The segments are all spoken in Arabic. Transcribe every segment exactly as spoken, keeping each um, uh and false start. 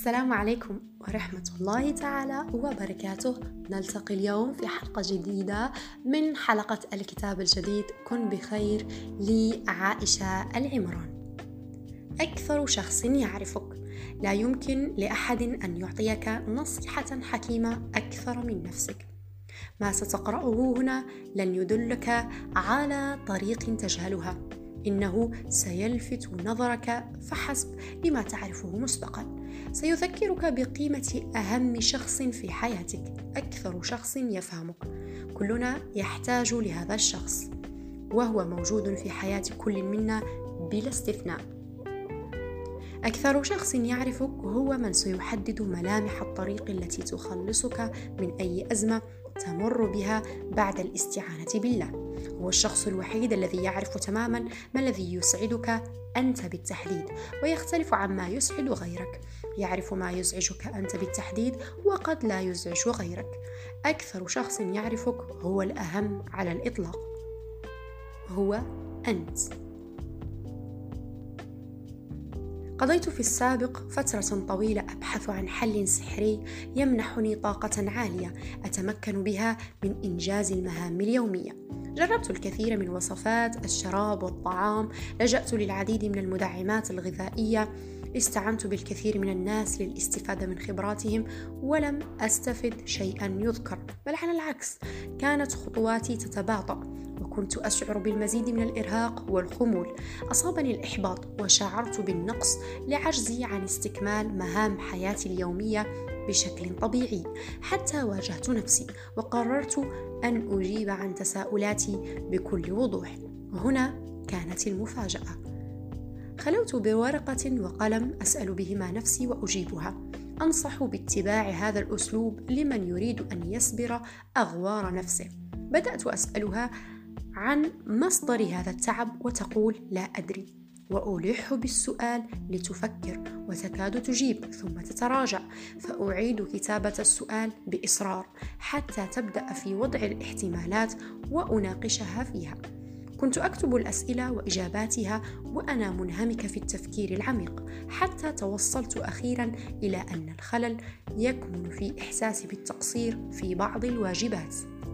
السلام عليكم ورحمة الله تعالى وبركاته. نلتقي اليوم في حلقة جديدة من حلقة الكتاب الجديد كن بخير لعائشة العمران. أكثر شخص يعرفك. لا يمكن لأحد أن يعطيك نصيحة حكيمة أكثر من نفسك. ما ستقرأه هنا لن يدلك على طريق تجهلها، إنه سيلفت نظرك فحسب لما تعرفه مسبقا. سيذكرك بقيمة أهم شخص في حياتك، أكثر شخص يفهمك. كلنا يحتاج لهذا الشخص، وهو موجود في حياة كل منا بلا استثناء. أكثر شخص يعرفك هو من سيحدد ملامح الطريق التي تخلصك من أي أزمة تمر بها بعد الاستعانة بالله. هو الشخص الوحيد الذي يعرف تماما ما الذي يسعدك أنت بالتحديد، ويختلف عما يسعد غيرك. يعرف ما يزعجك أنت بالتحديد وقد لا يزعج غيرك. أكثر شخص يعرفك هو الأهم على الإطلاق، هو أنت. قضيت في السابق فترة طويلة أبحث عن حل سحري يمنحني طاقة عالية أتمكن بها من إنجاز المهام اليومية. جربت الكثير من وصفات الشراب والطعام، لجأت للعديد من المدعمات الغذائية، استعنت بالكثير من الناس للاستفادة من خبراتهم، ولم أستفد شيئا يذكر، بل على العكس كانت خطواتي تتباطأ، وكنت أشعر بالمزيد من الإرهاق والخمول. أصابني الإحباط وشعرت بالنقص لعجزي عن استكمال مهام حياتي اليومية بشكل طبيعي، حتى واجهت نفسي وقررت أن أجيب عن تساؤلاتي بكل وضوح. وهنا كانت المفاجأة. خلوت بورقة وقلم أسأل بهما نفسي وأجيبها. أنصح باتباع هذا الأسلوب لمن يريد أن يصبر أغوار نفسه. بدأت أسألها عن مصدر هذا التعب وتقول لا أدري، وألح بالسؤال لتفكر وتكاد تجيب ثم تتراجع، فأعيد كتابة السؤال بإصرار حتى تبدأ في وضع الاحتمالات وأناقشها فيها. كنت أكتب الأسئلة وإجاباتها وأنا منهمك في التفكير العميق، حتى توصلت أخيرا إلى أن الخلل يكمن في إحساسي بالتقصير في بعض الواجبات.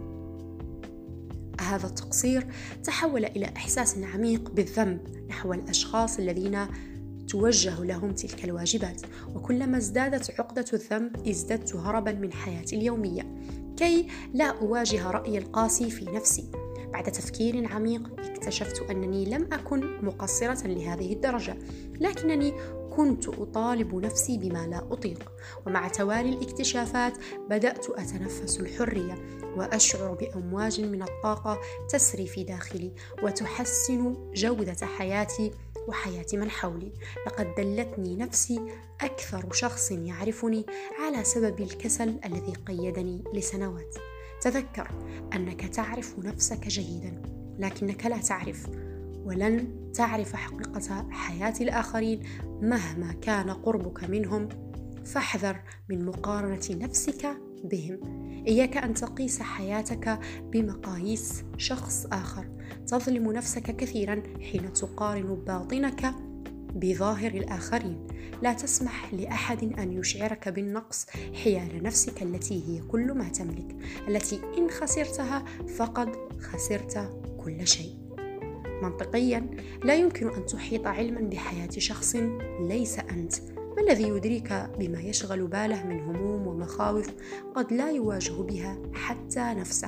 هذا التقصير تحول إلى إحساس عميق بالذنب نحو الأشخاص الذين توجه لهم تلك الواجبات، وكلما ازدادت عقدة الذنب ازددت هربا من حياتي اليومية كي لا أواجه رأيي القاسي في نفسي. بعد تفكير عميق اكتشفت أنني لم أكن مقصرة لهذه الدرجة، لكنني كنت أطالب نفسي بما لا أطيق. ومع توالي الاكتشافات بدأت أتنفس الحرية وأشعر بأمواج من الطاقة تسري في داخلي وتحسن جودة حياتي وحياة من حولي. لقد دلتني نفسي أكثر شخص يعرفني على سبب الكسل الذي قيدني لسنوات. تذكر أنك تعرف نفسك جيدا، لكنك لا تعرف ولن تعرف حقيقة حياة الآخرين مهما كان قربك منهم. فاحذر من مقارنة نفسك بهم. إياك أن تقيس حياتك بمقاييس شخص آخر. تظلم نفسك كثيرا حين تقارن باطنك بظاهر الآخرين. لا تسمح لأحد أن يشعرك بالنقص حيال نفسك التي هي كل ما تملك، التي إن خسرتها فقد خسرت كل شيء. منطقيا لا يمكن أن تحيط علما بحياة شخص ليس أنت. ما الذي يدريك بما يشغل باله من هموم ومخاوف قد لا يواجه بها حتى نفسه؟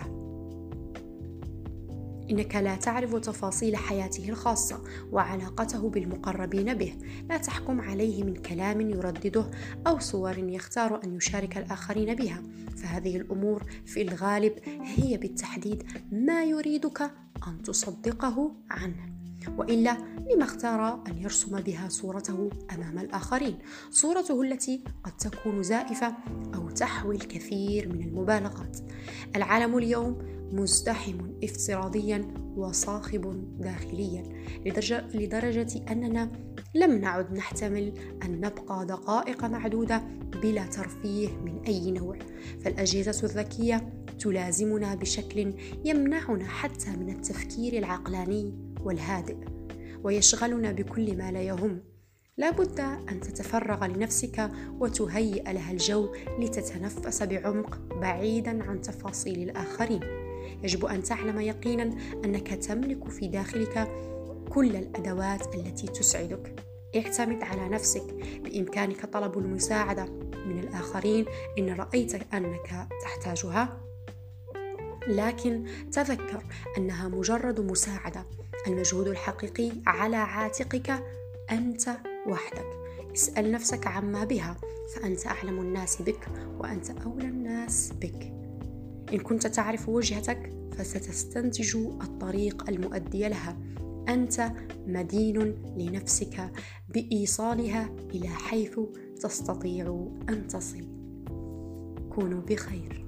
إنك لا تعرف تفاصيل حياته الخاصة وعلاقته بالمقربين به. لا تحكم عليه من كلام يردده أو صور يختار أن يشارك الآخرين بها، فهذه الأمور في الغالب هي بالتحديد ما يريدك أن تصدقه عنه، وإلا لما اختار أن يرسم بها صورته أمام الآخرين، صورته التي قد تكون زائفة أو تحوي الكثير من المبالغات. العالم اليوم مزدحم افتراضيا وصاخب داخليا لدرجة, لدرجة أننا لم نعد نحتمل أن نبقى دقائق معدودة بلا ترفيه من أي نوع. فالأجهزة الذكية تلازمنا بشكل يمنعنا حتى من التفكير العقلاني والهادئ، ويشغلنا بكل ما لا يهم. لا بد أن تتفرغ لنفسك وتهيئ لها الجو لتتنفس بعمق بعيدا عن تفاصيل الآخرين. يجب أن تعلم يقينا أنك تملك في داخلك كل الأدوات التي تسعدك. اعتمد على نفسك، بإمكانك طلب المساعدة من الآخرين إن رأيت أنك تحتاجها، لكن تذكر أنها مجرد مساعدة. المجهود الحقيقي على عاتقك أنت وحدك. اسأل نفسك عما بها، فأنت أعلم الناس بك وأنت أولى الناس بك. إن كنت تعرف وجهتك فستستنتج الطريق المؤدي لها. أنت مدين لنفسك بإيصالها إلى حيث تستطيع أن تصل. كونوا بخير.